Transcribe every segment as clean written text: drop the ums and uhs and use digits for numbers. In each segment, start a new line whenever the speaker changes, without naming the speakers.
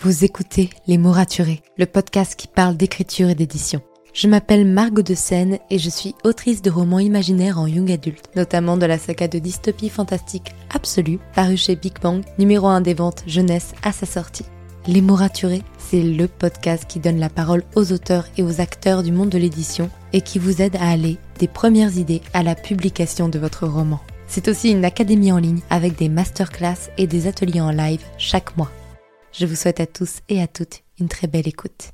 Vous écoutez Les mots raturés, le podcast qui parle d'écriture et d'édition. Je m'appelle Margot de Seine et je suis autrice de romans imaginaires en young adulte, notamment de la saga de dystopie fantastique Absolue, parue chez Big Bang, numéro 1 des ventes jeunesse à sa sortie. Les mots raturés, c'est le podcast qui donne la parole aux auteurs et aux acteurs du monde de l'édition et qui vous aide à aller des premières idées à la publication de votre roman. C'est aussi une académie en ligne avec des masterclass et des ateliers en live chaque mois. Je vous souhaite à tous et à toutes une très belle écoute.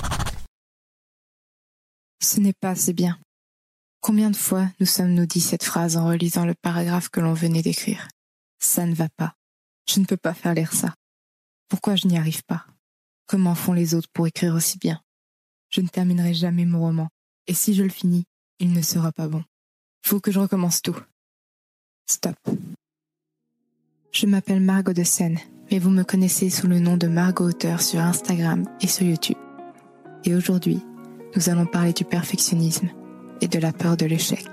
Ce n'est pas assez bien. Combien de fois nous sommes-nous dit cette phrase en relisant le paragraphe que l'on venait d'écrire ? Ça ne va pas. Je ne peux pas faire lire ça. Pourquoi je n'y arrive pas ? Comment font les autres pour écrire aussi bien ? Je ne terminerai jamais mon roman. Et si je le finis, il ne sera pas bon. Faut que je recommence tout. Stop. Je m'appelle Margot de Seine, mais vous me connaissez sous le nom de Margot Auteur sur Instagram et sur YouTube. Et aujourd'hui, nous allons parler du perfectionnisme et de la peur de l'échec.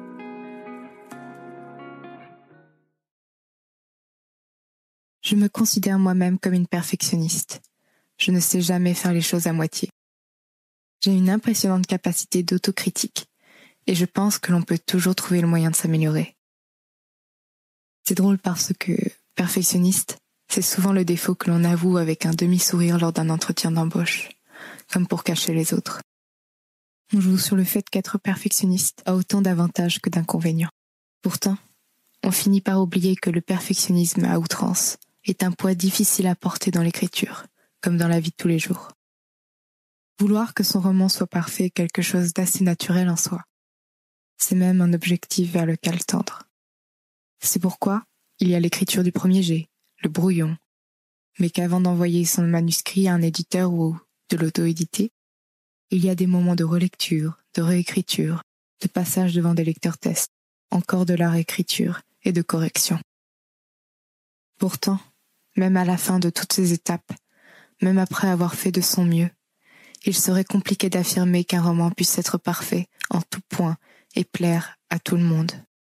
Je me considère moi-même comme une perfectionniste. Je ne sais jamais faire les choses à moitié. J'ai une impressionnante capacité d'autocritique et je pense que l'on peut toujours trouver le moyen de s'améliorer. C'est drôle parce que perfectionniste, c'est souvent le défaut que l'on avoue avec un demi-sourire lors d'un entretien d'embauche, comme pour cacher les autres. On joue sur le fait qu'être perfectionniste a autant d'avantages que d'inconvénients. Pourtant, on finit par oublier que le perfectionnisme à outrance est un poids difficile à porter dans l'écriture, comme dans la vie de tous les jours. Vouloir que son roman soit parfait est quelque chose d'assez naturel en soi. C'est même un objectif vers lequel tendre. C'est pourquoi il y a l'écriture du premier jet, le brouillon, mais qu'avant d'envoyer son manuscrit à un éditeur ou de l'auto-éditer, il y a des moments de relecture, de réécriture, de passage devant des lecteurs tests, encore de la réécriture et de correction. Pourtant, même à la fin de toutes ces étapes, même après avoir fait de son mieux, il serait compliqué d'affirmer qu'un roman puisse être parfait en tout point et plaire à tout le monde.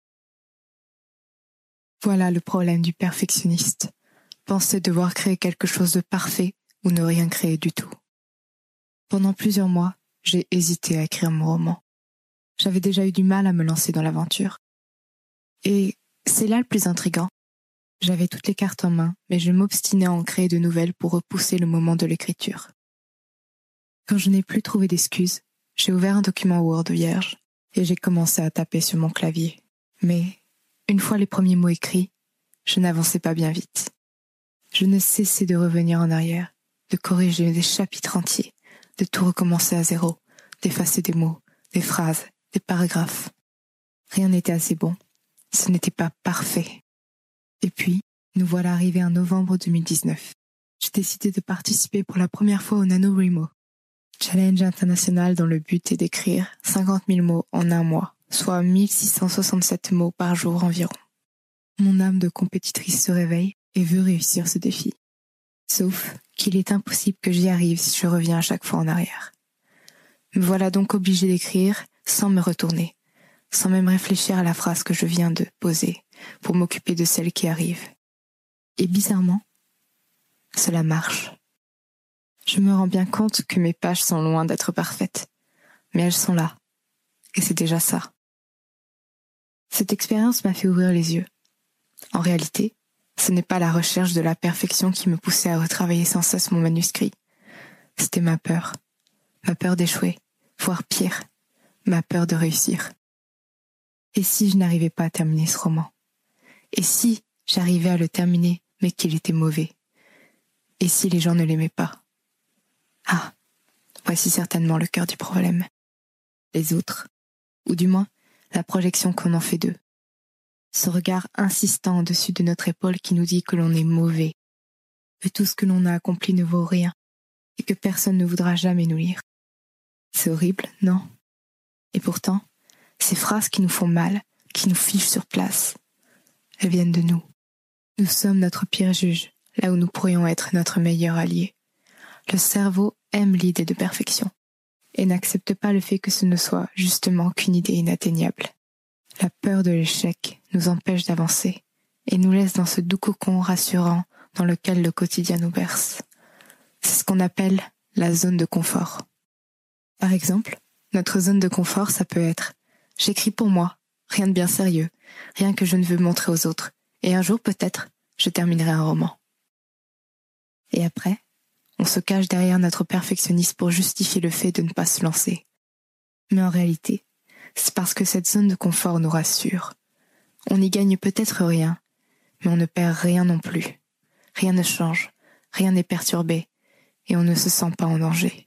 Voilà le problème du perfectionniste. Penser devoir créer quelque chose de parfait ou ne rien créer du tout. Pendant plusieurs mois, j'ai hésité à écrire mon roman. J'avais déjà eu du mal à me lancer dans l'aventure. Et c'est là le plus intriguant. J'avais toutes les cartes en main, mais je m'obstinais à en créer de nouvelles pour repousser le moment de l'écriture. Quand je n'ai plus trouvé d'excuses, j'ai ouvert un document Word vierge et j'ai commencé à taper sur mon clavier. Mais, une fois les premiers mots écrits, je n'avançais pas bien vite. Je ne cessais de revenir en arrière, de corriger des chapitres entiers, de tout recommencer à zéro, d'effacer des mots, des phrases, des paragraphes. Rien n'était assez bon. Ce n'était pas parfait. Et puis, nous voilà arrivés en novembre 2019. J'ai décidé de participer pour la première fois au NaNoWriMo, challenge international dont le but est d'écrire 50 000 mots en un mois, soit 1667 mots par jour environ. Mon âme de compétitrice se réveille et veut réussir ce défi. Sauf qu'il est impossible que j'y arrive si je reviens à chaque fois en arrière. Me voilà donc obligée d'écrire sans me retourner, sans même réfléchir à la phrase que je viens de poser, pour m'occuper de celle qui arrive. Et bizarrement, cela marche. Je me rends bien compte que mes pages sont loin d'être parfaites, mais elles sont là, et c'est déjà ça. Cette expérience m'a fait ouvrir les yeux. En réalité, ce n'est pas la recherche de la perfection qui me poussait à retravailler sans cesse mon manuscrit. C'était ma peur d'échouer, voire pire, ma peur de réussir. Et si je n'arrivais pas à terminer ce roman ? Et si j'arrivais à le terminer, mais qu'il était mauvais ? Et si les gens ne l'aimaient pas ? Ah, voici certainement le cœur du problème. Les autres, ou du moins la projection qu'on en fait d'eux. Ce regard insistant au-dessus de notre épaule qui nous dit que l'on est mauvais, que tout ce que l'on a accompli ne vaut rien, et que personne ne voudra jamais nous lire. C'est horrible, non ? Et pourtant, ces phrases qui nous font mal, qui nous fichent sur place, elles viennent de nous. Nous sommes notre pire juge, là où nous pourrions être notre meilleur allié. Le cerveau aime l'idée de perfection, et n'accepte pas le fait que ce ne soit justement qu'une idée inatteignable. La peur de l'échec nous empêche d'avancer, et nous laisse dans ce doux cocon rassurant dans lequel le quotidien nous berce. qu'on appelle la zone de confort. Par exemple, notre zone de confort, ça peut être « j'écris pour moi, rien de bien sérieux, rien que je ne veux montrer aux autres, et un jour peut-être, je terminerai un roman ». Et après, on se cache derrière notre perfectionnisme pour justifier le fait de ne pas se lancer. Mais en réalité, c'est parce que cette zone de confort nous rassure. On n'y gagne peut-être rien, mais on ne perd rien non plus. Rien ne change, rien n'est perturbé, et on ne se sent pas en danger.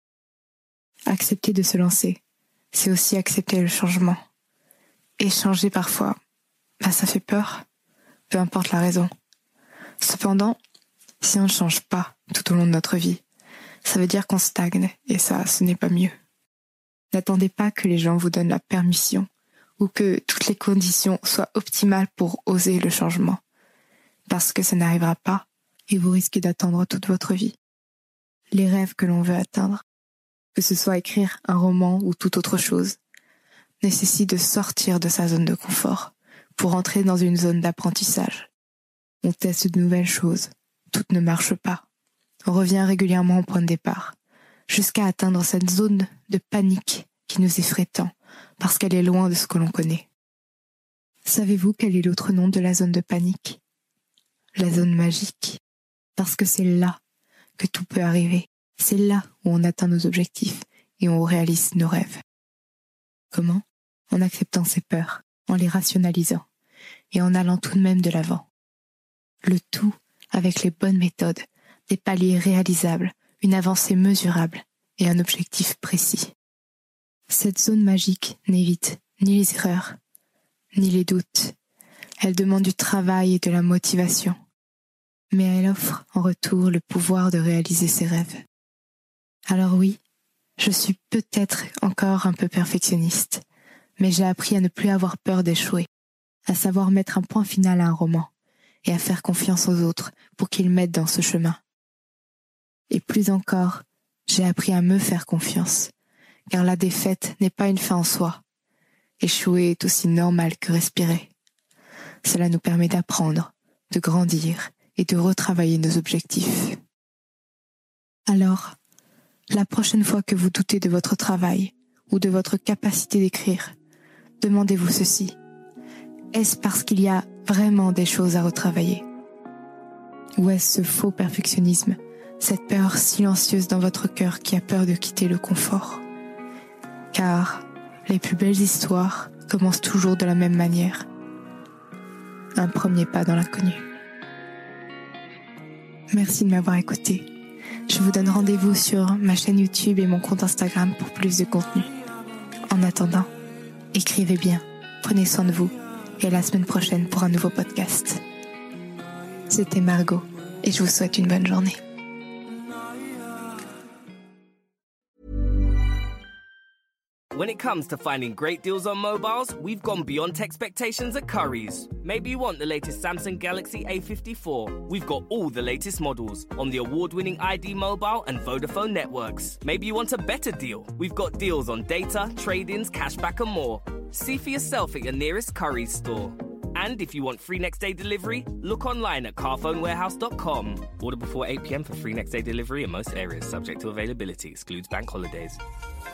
Accepter de se lancer, c'est aussi accepter le changement. Et changer parfois, ça fait peur, peu importe la raison. Cependant, si on ne change pas tout au long de notre vie, ça veut dire qu'on stagne, et ça, ce n'est pas mieux. N'attendez pas que les gens vous donnent la permission, ou que toutes les conditions soient optimales pour oser le changement. Parce que ça n'arrivera pas, et vous risquez d'attendre toute votre vie. Les rêves que l'on veut atteindre, que ce soit écrire un roman ou toute autre chose, nécessitent de sortir de sa zone de confort pour entrer dans une zone d'apprentissage. On teste de nouvelles choses, tout ne marche pas. On revient régulièrement au point de départ, jusqu'à atteindre cette zone de panique qui nous effraie tant, parce qu'elle est loin de ce que l'on connaît. Savez-vous quel est l'autre nom de la zone de panique ? La zone magique, parce que c'est là que tout peut arriver. C'est là où on atteint nos objectifs et on réalise nos rêves. Comment ? En acceptant ses peurs, en les rationalisant et en allant tout de même de l'avant. Le tout avec les bonnes méthodes, des paliers réalisables, une avancée mesurable et un objectif précis. Cette zone magique n'évite ni les erreurs, ni les doutes. Elle demande du travail et de la motivation. Mais elle offre en retour le pouvoir de réaliser ses rêves. Alors oui, je suis peut-être encore un peu perfectionniste, mais j'ai appris à ne plus avoir peur d'échouer, à savoir mettre un point final à un roman, et à faire confiance aux autres pour qu'ils m'aident dans ce chemin. Et plus encore, j'ai appris à me faire confiance, car la défaite n'est pas une fin en soi. Échouer est aussi normal que respirer. Cela nous permet d'apprendre, de grandir et de retravailler nos objectifs. Alors, la prochaine fois que vous doutez de votre travail ou de votre capacité d'écrire, demandez-vous ceci. Est-ce parce qu'il y a vraiment des choses à retravailler ? Ou est-ce ce faux perfectionnisme, cette peur silencieuse dans votre cœur qui a peur de quitter le confort ? Car les plus belles histoires commencent toujours de la même manière. Un premier pas dans l'inconnu. Merci de m'avoir écouté. Je vous donne rendez-vous sur ma chaîne YouTube et mon compte Instagram pour plus de contenu. En attendant, écrivez bien, prenez soin de vous et à la semaine prochaine pour un nouveau podcast. C'était Margot et je vous souhaite une bonne journée.
When it comes to finding great deals on mobiles, we've gone beyond expectations at Currys. Maybe you want the latest Samsung Galaxy A54. We've got all the latest models on the award-winning ID Mobile and Vodafone networks. Maybe you want a better deal. We've got deals on data, trade-ins, cashback and more. See for yourself at your nearest Currys store. And if you want free next-day delivery, look online at carphonewarehouse.com. Order before 8 p.m. for free next-day delivery in most areas, subject to availability, excludes bank holidays.